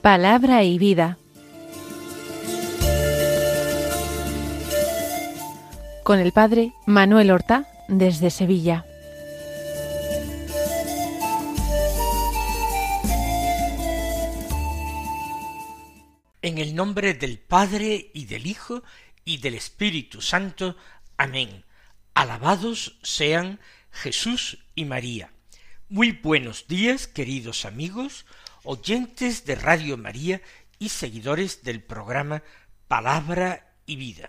Palabra y vida. Con el padre Manuel Horta, desde Sevilla. En el nombre del Padre, y del Hijo, y del Espíritu Santo. Amén. Alabados sean Jesús y María. Muy buenos días, queridos amigos, oyentes de Radio María y seguidores del programa Palabra y Vida.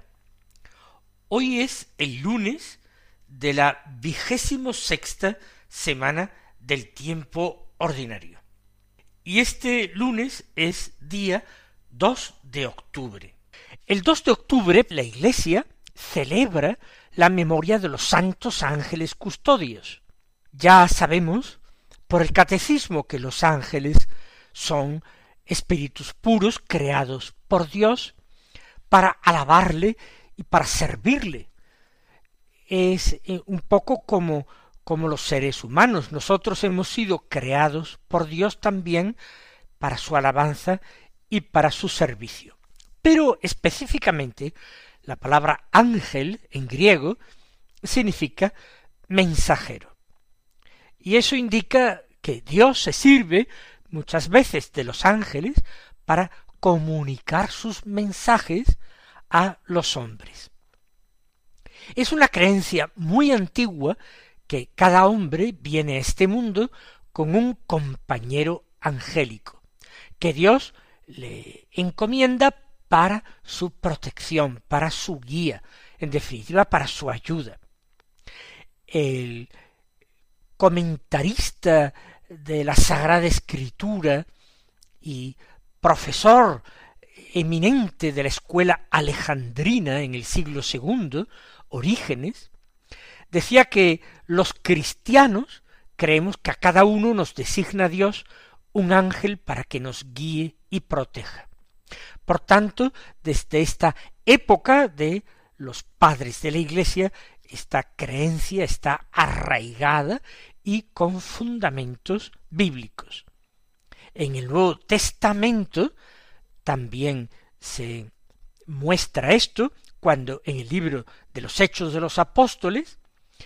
Hoy es el lunes de la 26ª semana del tiempo ordinario. Y este lunes es día 2 de octubre. El 2 de octubre la Iglesia celebra la memoria de los santos ángeles custodios. Ya sabemos por el catecismo que los ángeles son espíritus puros creados por Dios para alabarle y para servirle. Es un poco como los seres humanos. Nosotros hemos sido creados por Dios también para su alabanza y para su servicio. Pero específicamente la palabra ángel en griego significa mensajero. Y eso indica que Dios se sirve muchas veces de los ángeles para comunicar sus mensajes a los hombres. Es una creencia muy antigua que cada hombre viene a este mundo con un compañero angélico, que Dios le encomienda para su protección, para su guía, en definitiva para su ayuda. El comentarista de la Sagrada Escritura y profesor eminente de la escuela alejandrina en el siglo II, Orígenes, decía que los cristianos creemos que a cada uno nos designa Dios un ángel para que nos guíe y proteja. Por tanto, desde esta época de los padres de la Iglesia, esta creencia está arraigada y con fundamentos bíblicos. En el Nuevo Testamento también se muestra esto cuando en el libro de los Hechos de los Apóstoles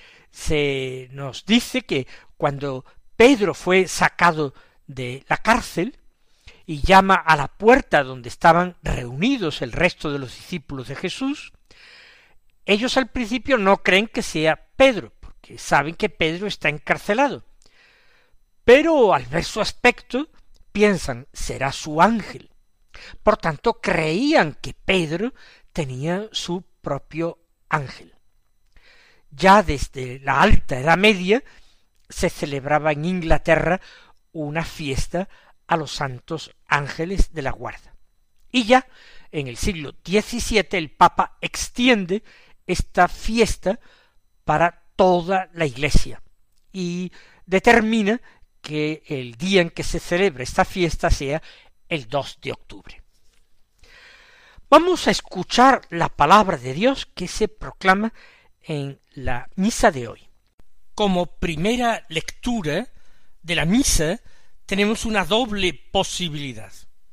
se nos dice que cuando Pedro fue sacado de la cárcel y llama a la puerta donde estaban reunidos el resto de los discípulos de Jesús, ellos al principio no creen que sea Pedro, porque saben que Pedro está encarcelado. Pero al ver su aspecto, piensan, será su ángel. Por tanto, creían que Pedro tenía su propio ángel. Ya desde la Alta Edad Media se celebraba en Inglaterra una fiesta a los santos ángeles de la guarda. Y ya en el siglo XVII el Papa extiende esta fiesta para toda la Iglesia y determina que el día en que se celebra esta fiesta sea el 2 de octubre. Vamos a escuchar la palabra de Dios que se proclama en la misa de hoy. Como primera lectura de la misa tenemos una doble posibilidad.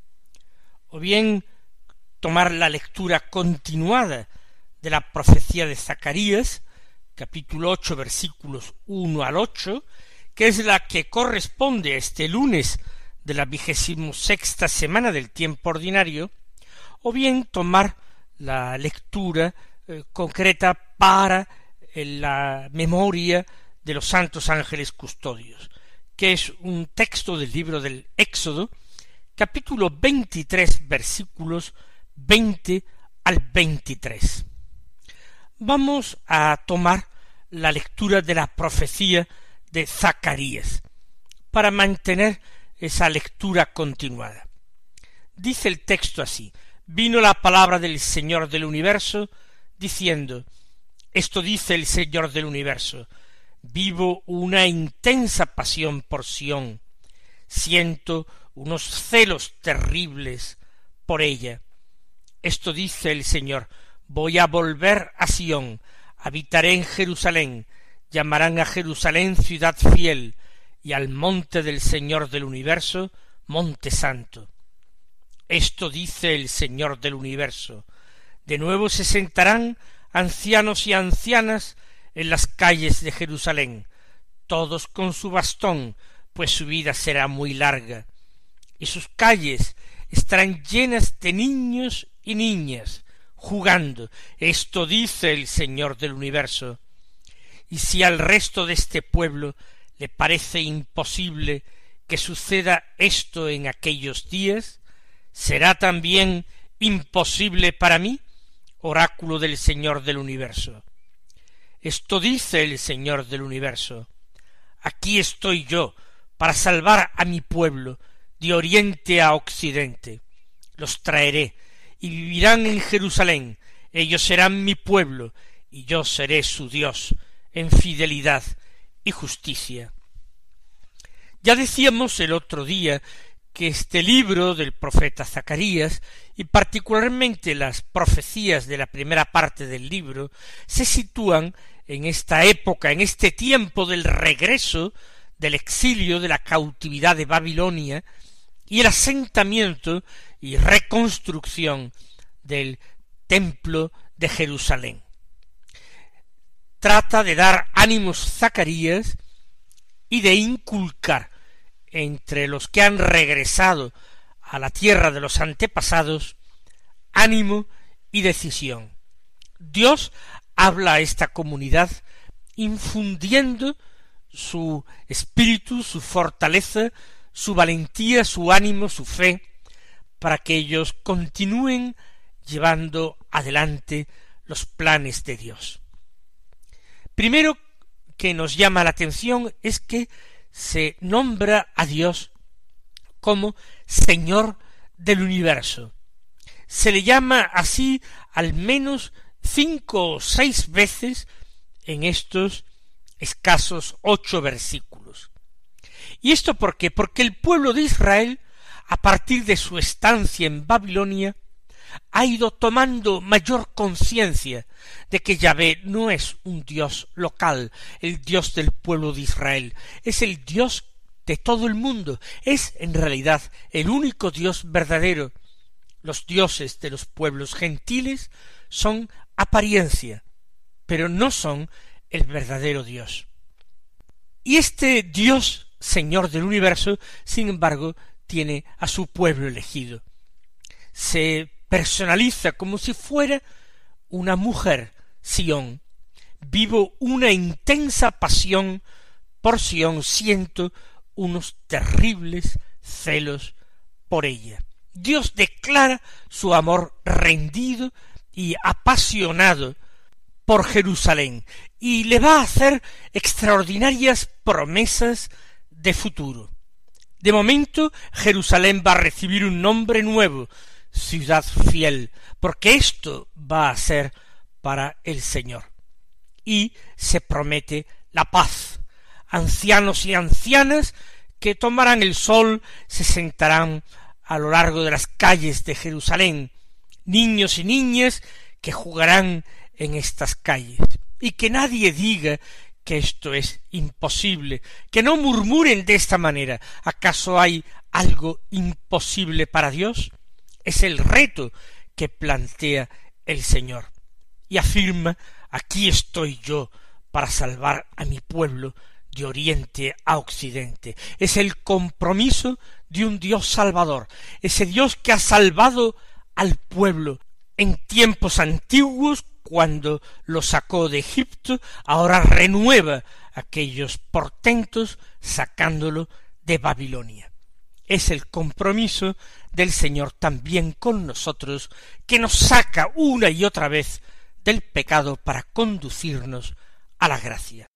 O bien tomar la lectura continuada de la profecía de Zacarías, capítulo 8, versículos 1 al 8, que es la que corresponde a este lunes de la 26ª semana del tiempo ordinario, o bien tomar la lectura concreta para la memoria de los santos ángeles custodios, que es un texto del libro del Éxodo, capítulo 23, versículos 20 al 23. Vamos a tomar la lectura de la profecía de Zacarías para mantener esa lectura continuada. Dice el texto así: vino la palabra del Señor del universo diciendo, esto dice el Señor del universo, vivo una intensa pasión por Sión, siento unos celos terribles por ella. Esto dice el Señor, voy a volver a Sión, habitaré en Jerusalén, llamarán a Jerusalén ciudad fiel, y al monte del Señor del universo, monte santo. Esto dice el Señor del universo. De nuevo se sentarán ancianos y ancianas en las calles de Jerusalén, todos con su bastón, pues su vida será muy larga, y sus calles estarán llenas de niños y niñas, jugando. Esto dice el Señor del universo. Y si al resto de este pueblo le parece imposible que suceda esto en aquellos días, ¿será también imposible para mí? Oráculo del Señor del universo. Esto dice el Señor del universo. Aquí estoy yo para salvar a mi pueblo de oriente a occidente. Los traeré y vivirán en Jerusalén. Ellos serán mi pueblo y yo seré su Dios en fidelidad y justicia. Ya decíamos el otro día que este libro del profeta Zacarías, y particularmente las profecías de la primera parte del libro, se sitúan en esta época, en este tiempo del regreso, del exilio, de la cautividad de Babilonia, y el asentamiento y reconstrucción del templo de Jerusalén. Trata de dar ánimos Zacarías y de inculcar entre los que han regresado a la tierra de los antepasados ánimo y decisión. Dios habla a esta comunidad infundiendo su espíritu, su fortaleza, su valentía, su ánimo, su fe, para que ellos continúen llevando adelante los planes de Dios. Primero que nos llama la atención es que se nombra a Dios como Señor del universo. Se le llama así al menos 5 o 6 veces en estos escasos 8 versículos. ¿Y esto por qué? Porque el pueblo de Israel, a partir de su estancia en Babilonia, ha ido tomando mayor conciencia de que Yahvé no es un Dios local, el Dios del pueblo de Israel, es el Dios de todo el mundo, es en realidad el único Dios verdadero. Los dioses de los pueblos gentiles son apariencia, pero no son el verdadero Dios. Y este Dios, Señor del universo, sin embargo, tiene a su pueblo elegido. Se personaliza como si fuera una mujer, Sión. Vivo una intensa pasión por Sión, siento unos terribles celos por ella. Dios declara su amor rendido y apasionado por Jerusalén, y le va a hacer extraordinarias promesas de futuro. De momento, Jerusalén va a recibir un nombre nuevo, ciudad fiel, porque esto va a ser para el Señor. Y se promete la paz. Ancianos y ancianas que tomarán el sol se sentarán a lo largo de las calles de Jerusalén, niños y niñas que jugarán en estas calles, y que nadie diga que esto es imposible, que no murmuren de esta manera. ¿Acaso hay algo imposible para Dios? Es el reto que plantea el Señor, y afirma: aquí estoy yo para salvar a mi pueblo de oriente a occidente. Es el compromiso de un Dios salvador, ese Dios que ha salvado al pueblo en tiempos antiguos cuando lo sacó de Egipto, ahora renueva aquellos portentos sacándolo de Babilonia. Es el compromiso del Señor también con nosotros, que nos saca una y otra vez del pecado para conducirnos a la gracia.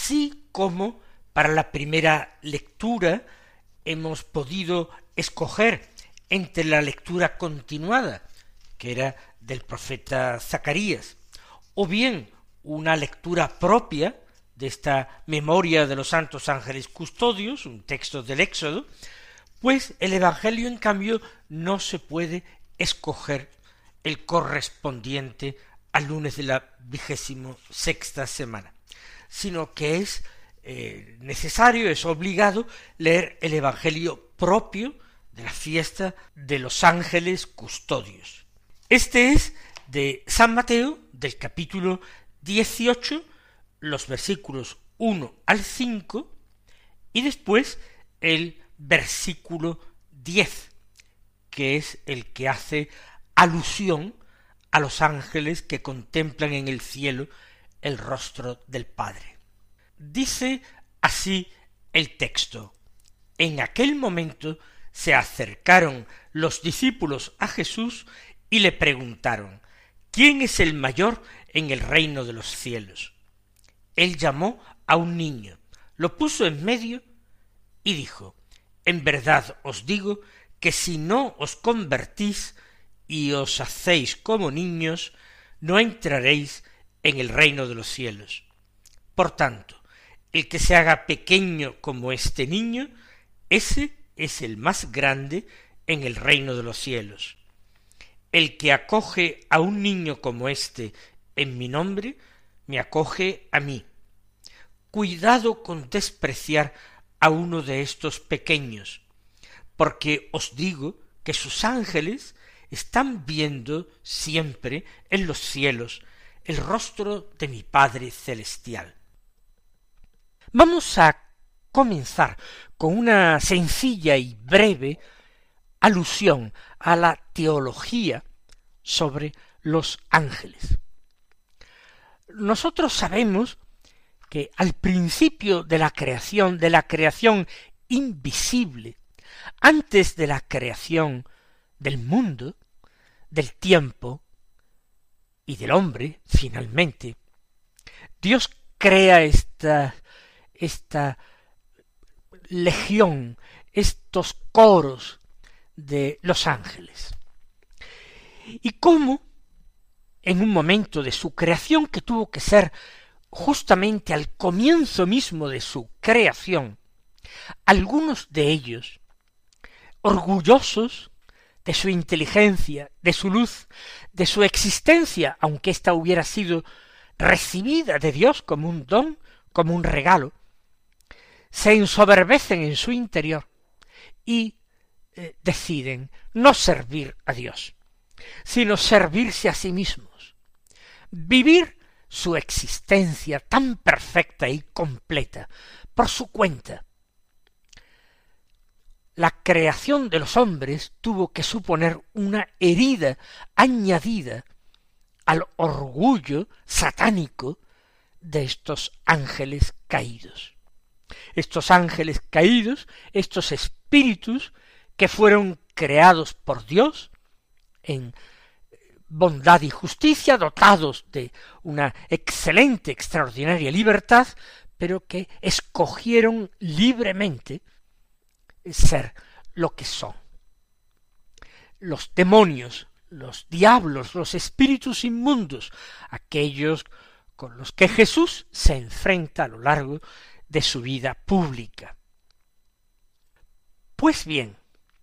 así como para la primera lectura hemos podido escoger entre la lectura continuada, que era del profeta Zacarías, o bien una lectura propia de esta memoria de los santos ángeles custodios, un texto del Éxodo, pues el Evangelio, en cambio, no se puede escoger el correspondiente al lunes de la 26ª semana, sino que es necesario, es obligado leer el Evangelio propio de la fiesta de los ángeles custodios. Este es de San Mateo, del capítulo 18, los versículos 1 al 5, y después el versículo 10, que es el que hace alusión a los ángeles que contemplan en el cielo el rostro del Padre. Dice así el texto: en aquel momento se acercaron los discípulos a Jesús y le preguntaron: ¿quién es el mayor en el reino de los cielos? Él llamó a un niño, lo puso en medio y dijo: en verdad os digo que si no os convertís y os hacéis como niños, no entraréis en el reino de los cielos. Por tanto, el que se haga pequeño como este niño, ese es el más grande en el reino de los cielos. El que acoge a un niño como este en mi nombre, me acoge a mí. Cuidado con despreciar a uno de estos pequeños, porque os digo que sus ángeles están viendo siempre en los cielos el rostro de mi Padre celestial. Vamos a comenzar con una sencilla y breve alusión a la teología sobre los ángeles. Nosotros sabemos que al principio de la creación invisible, antes de la creación del mundo, del tiempo y del hombre, finalmente, Dios crea esta legión, estos coros de los ángeles. Y cómo, en un momento de su creación, que tuvo que ser justamente al comienzo mismo de su creación, algunos de ellos, orgullosos de su inteligencia, de su luz, de su existencia, aunque ésta hubiera sido recibida de Dios como un don, como un regalo, se ensoberbecen en su interior y deciden no servir a Dios, sino servirse a sí mismos, vivir su existencia tan perfecta y completa por su cuenta. La creación de los hombres tuvo que suponer una herida añadida al orgullo satánico de estos ángeles caídos. Estos ángeles caídos, estos espíritus que fueron creados por Dios en bondad y justicia, dotados de una excelente, extraordinaria libertad, pero que escogieron libremente ser lo que son. Los demonios, los diablos, los espíritus inmundos, aquellos con los que Jesús se enfrenta a lo largo de su vida pública. Pues bien,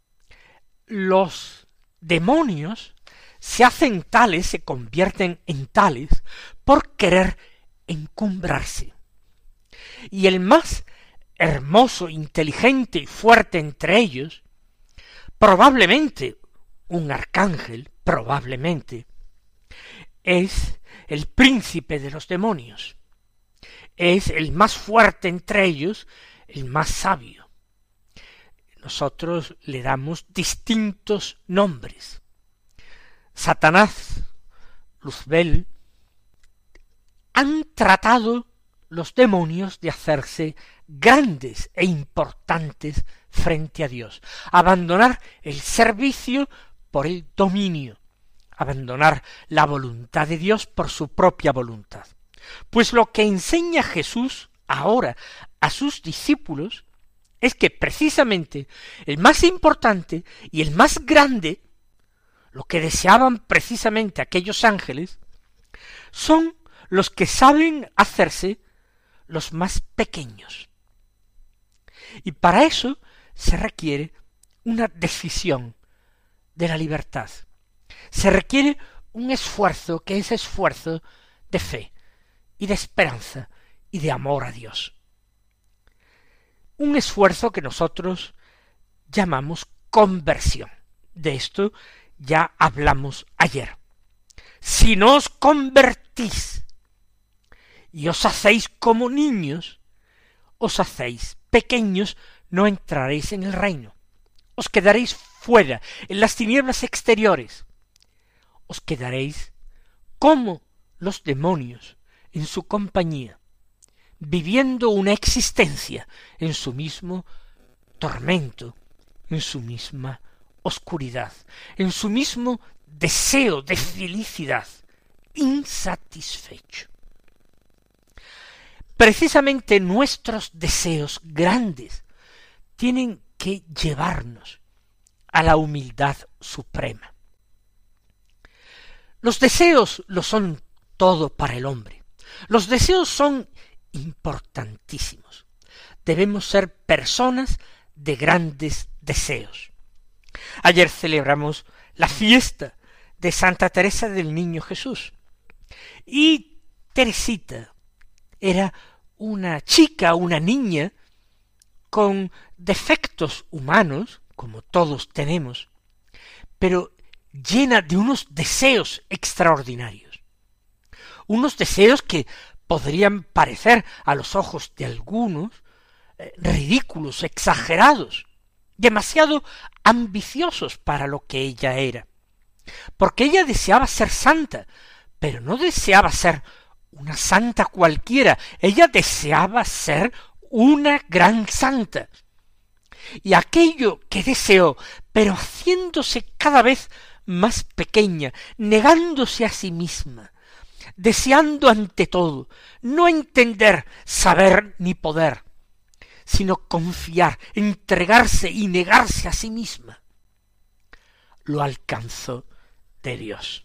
los demonios se hacen tales, se convierten en tales, por querer encumbrarse. Y el más hermoso, inteligente y fuerte entre ellos, probablemente un arcángel, probablemente, es el príncipe de los demonios. Es el más fuerte entre ellos, el más sabio. Nosotros le damos distintos nombres. Satanás, Luzbel, han tratado los demonios de hacerse grandes e importantes frente a Dios, abandonar el servicio por el dominio, abandonar la voluntad de Dios por su propia voluntad. Pues lo que enseña Jesús ahora a sus discípulos es que precisamente el más importante y el más grande, lo que deseaban precisamente aquellos ángeles, son los que saben hacerse los más pequeños. Y para eso se requiere una decisión de la libertad. Se requiere un esfuerzo que es esfuerzo de fe y de esperanza y de amor a Dios. Un esfuerzo que nosotros llamamos conversión. De esto ya hablamos ayer. Si no os convertís y os hacéis como niños, os hacéis pequeños, no entraréis en el reino. Os quedaréis fuera, en las tinieblas exteriores. Os quedaréis como los demonios en su compañía, viviendo una existencia en su mismo tormento, en su misma oscuridad, en su mismo deseo de felicidad insatisfecho. Precisamente nuestros deseos grandes tienen que llevarnos a la humildad suprema. Los deseos lo son todo para el hombre. Los deseos son importantísimos. Debemos ser personas de grandes deseos. Ayer celebramos la fiesta de Santa Teresa del Niño Jesús. Y Teresita era una chica, una niña, con defectos humanos, como todos tenemos, pero llena de unos deseos extraordinarios. Unos deseos que podrían parecer a los ojos de algunos ridículos, exagerados, demasiado ambiciosos para lo que ella era. Porque ella deseaba ser santa, pero no deseaba ser una santa cualquiera, ella deseaba ser una gran santa. Y aquello que deseó, pero haciéndose cada vez más pequeña, negándose a sí misma, deseando ante todo no entender, saber ni poder, sino confiar, entregarse y negarse a sí misma, lo alcanzó de Dios.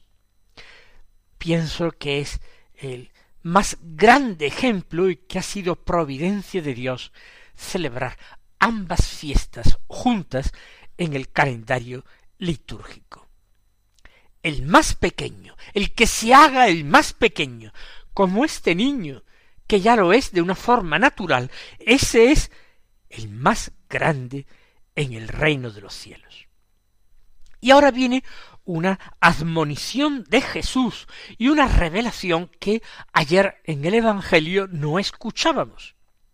Pienso que es el más grande ejemplo y que ha sido providencia de Dios celebrar ambas fiestas juntas en el calendario litúrgico. El más pequeño, el que se haga el más pequeño, como este niño, que ya lo es de una forma natural, ese es el más grande en el reino de los cielos. Y ahora viene una admonición de Jesús y una revelación que ayer en el Evangelio no escuchábamos.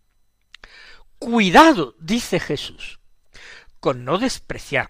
Cuidado, dice Jesús, con despreciar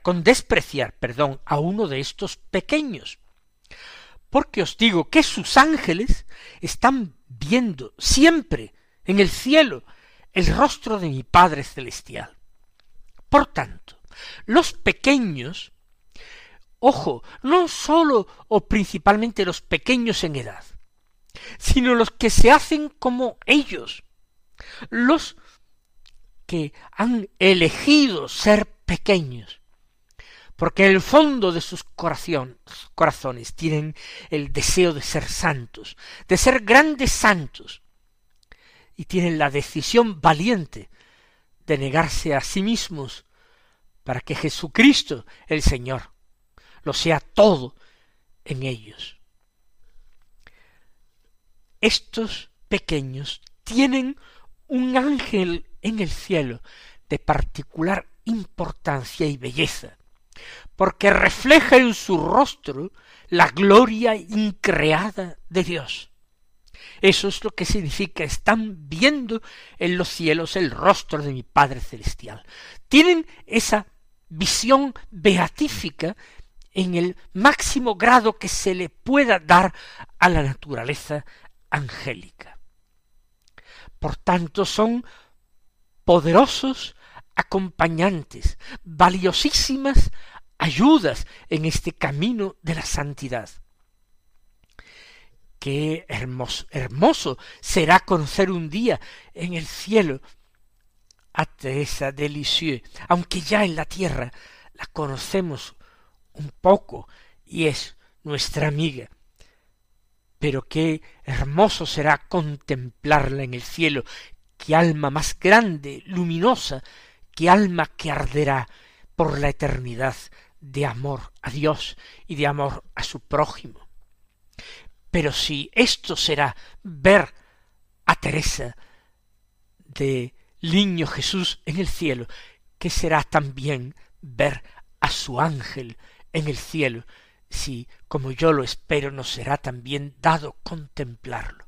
a uno de estos pequeños, porque os digo que sus ángeles están viendo siempre en el cielo el rostro de mi Padre Celestial. Por tanto, los pequeños, ojo, no sólo o principalmente los pequeños en edad, sino los que se hacen como ellos, los que han elegido ser pequeños, porque en el fondo de sus corazones tienen el deseo de ser santos, de ser grandes santos, y tienen la decisión valiente de negarse a sí mismos para que Jesucristo, el Señor, lo sea todo en ellos. Estos pequeños tienen un ángel en el cielo de particular importancia y belleza, porque refleja en su rostro la gloria increada de Dios. Eso es lo que significa, están viendo en los cielos el rostro de mi Padre Celestial. Tienen esa visión beatífica en el máximo grado que se le pueda dar a la naturaleza angélica. Por tanto, son poderosos acompañantes, valiosísimas ayudas en este camino de la santidad, qué hermoso será conocer un día en el cielo a Teresa de Lisieux, aunque ya en la tierra la conocemos un poco y es nuestra amiga. Pero qué hermoso será contemplarla en el cielo, qué alma más grande, luminosa, qué alma que arderá por la eternidad de amor a Dios y de amor a su prójimo. Pero si esto será ver a Teresa de Niño Jesús en el cielo, ¿qué será también ver a su ángel en el cielo? Si, como yo lo espero, nos será también dado contemplarlo.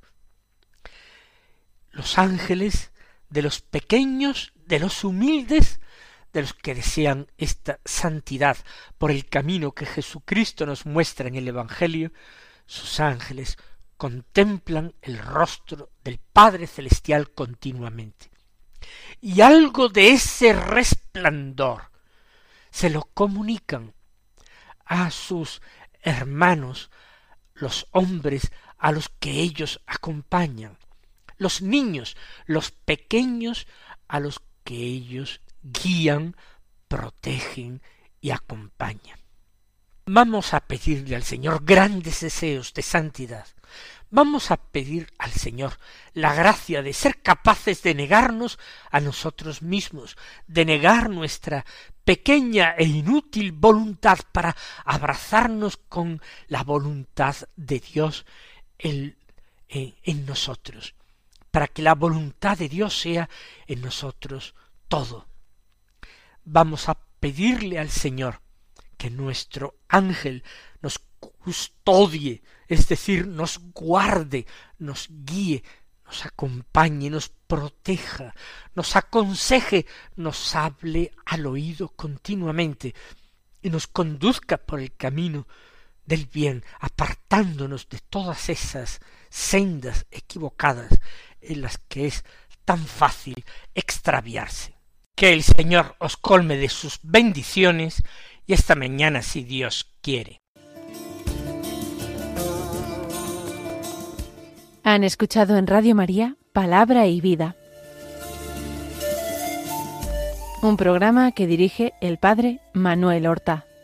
Los ángeles de los pequeños, de los humildes, de los que desean esta santidad por el camino que Jesucristo nos muestra en el Evangelio, sus ángeles contemplan el rostro del Padre Celestial continuamente. Y algo de ese resplandor se lo comunican a sus hermanos, los hombres a los que ellos acompañan, los niños, los pequeños a los que ellos guían, protegen y acompañan. Vamos a pedirle al Señor grandes deseos de santidad. Vamos a pedir al Señor la gracia de ser capaces de negarnos a nosotros mismos, de negar nuestra pequeña e inútil voluntad para abrazarnos con la voluntad de Dios en nosotros, para que la voluntad de Dios sea en nosotros todo. Vamos a pedirle al Señor que nuestro ángel nos custodie, es decir, nos guarde, nos guíe, nos acompañe, nos proteja, nos aconseje, nos hable al oído continuamente y nos conduzca por el camino del bien, apartándonos de todas esas sendas equivocadas en las que es tan fácil extraviarse. Que el Señor os colme de sus bendiciones y esta mañana, si Dios quiere. Han escuchado en Radio María Palabra y Vida, un programa que dirige el Padre Manuel Horta.